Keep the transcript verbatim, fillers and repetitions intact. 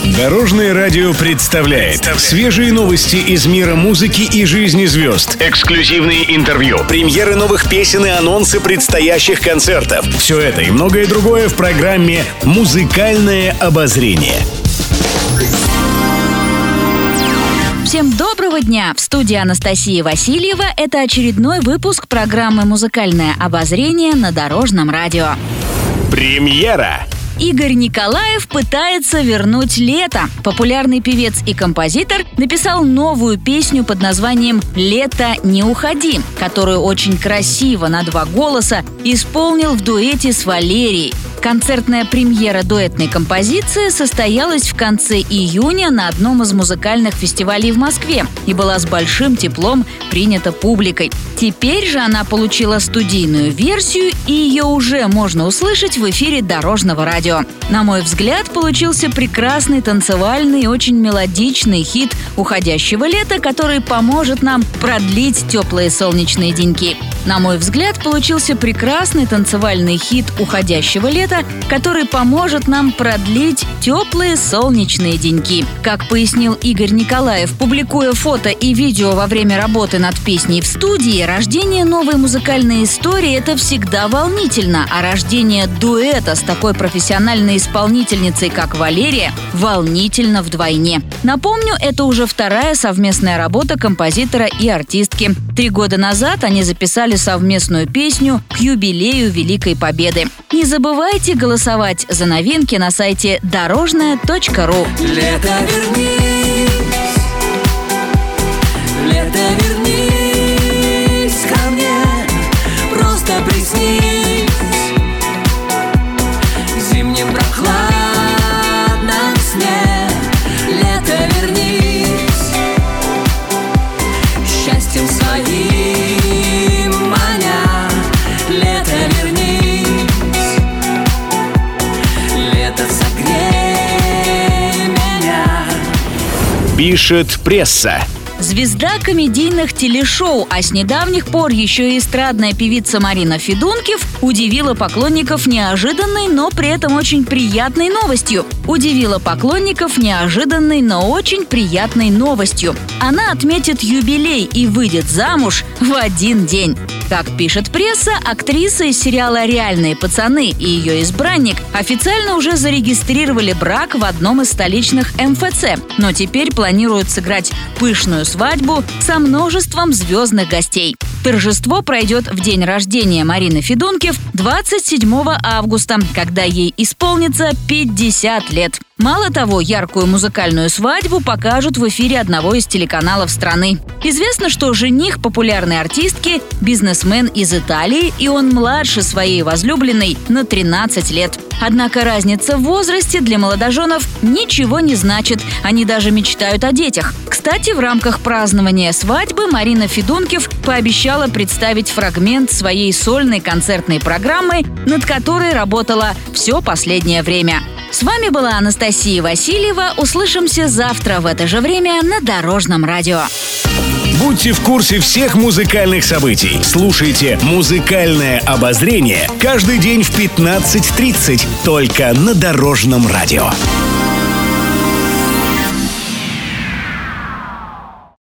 Дорожное радио представляет свежие новости из мира музыки и жизни звезд. Эксклюзивные интервью, премьеры новых песен и анонсы предстоящих концертов. Все это и многое другое в программе «Музыкальное обозрение». Всем доброго дня! В студии Анастасия Васильева. Это очередной выпуск программы «Музыкальное обозрение» на Дорожном радио. Премьера! Игорь Николаев пытается вернуть лето. Популярный певец и композитор написал новую песню под названием «Лето, не уходи», которую очень красиво на два голоса исполнил в дуэте с Валерией. Концертная премьера дуэтной композиции состоялась в конце июня на одном из музыкальных фестивалей в Москве и была с большим теплом принята публикой. Теперь же она получила студийную версию, и ее уже можно услышать в эфире Дорожного радио. На мой взгляд, получился прекрасный танцевальный и очень мелодичный хит уходящего лета, который поможет нам продлить теплые солнечные деньки. На мой взгляд, получился прекрасный танцевальный хит уходящего лета, который поможет нам продлить теплые солнечные деньки. Как пояснил Игорь Николаев, публикуя фото и видео во время работы над песней в студии, рождение новой музыкальной истории – это всегда волнительно, а рождение дуэта с такой профессиональной исполнительницей, как Валерия, волнительно вдвойне. Напомню, это уже вторая совместная работа композитора и артистки. Три года назад они записали совместную песню к юбилею Великой Победы. Не забывайте голосовать за новинки на сайте дорожная точка ру. Лето, вернись, лето, вернись ко мне, просто приснись в зимнем прохладном сне. Лето, вернись, счастьем своим маня. Лето, вернись, лето, согрей меня. Пишет пресса. Звезда комедийных телешоу, а с недавних пор еще и эстрадная певица Марина Федункив удивила поклонников неожиданной, но при этом очень приятной новостью. Удивила поклонников неожиданной, но очень приятной новостью. Она отметит юбилей и выйдет замуж в один день. Как пишет пресса, актриса из сериала «Реальные пацаны» и ее избранник официально уже зарегистрировали брак в одном из столичных эм эф цэ, но теперь планируют сыграть пышную свадьбу со множеством звездных гостей. Торжество пройдет в день рождения Марины Федункив двадцать седьмого августа, когда ей исполнится пятьдесят лет. Мало того, яркую музыкальную свадьбу покажут в эфире одного из телеканалов страны. Известно, что жених популярной артистки – бизнесмен из Италии, и он младше своей возлюбленной на тринадцать лет. Однако разница в возрасте для молодоженов ничего не значит, они даже мечтают о детях. Кстати, в рамках празднования свадьбы Марина Федункив пообещала представить фрагмент своей сольной концертной программы, над которой работала все последнее время. С вами была Анастасия Васильева. Услышимся завтра в это же время на Дорожном радио. Будьте в курсе всех музыкальных событий. Слушайте «Музыкальное обозрение» каждый день в пятнадцать тридцать только на Дорожном радио.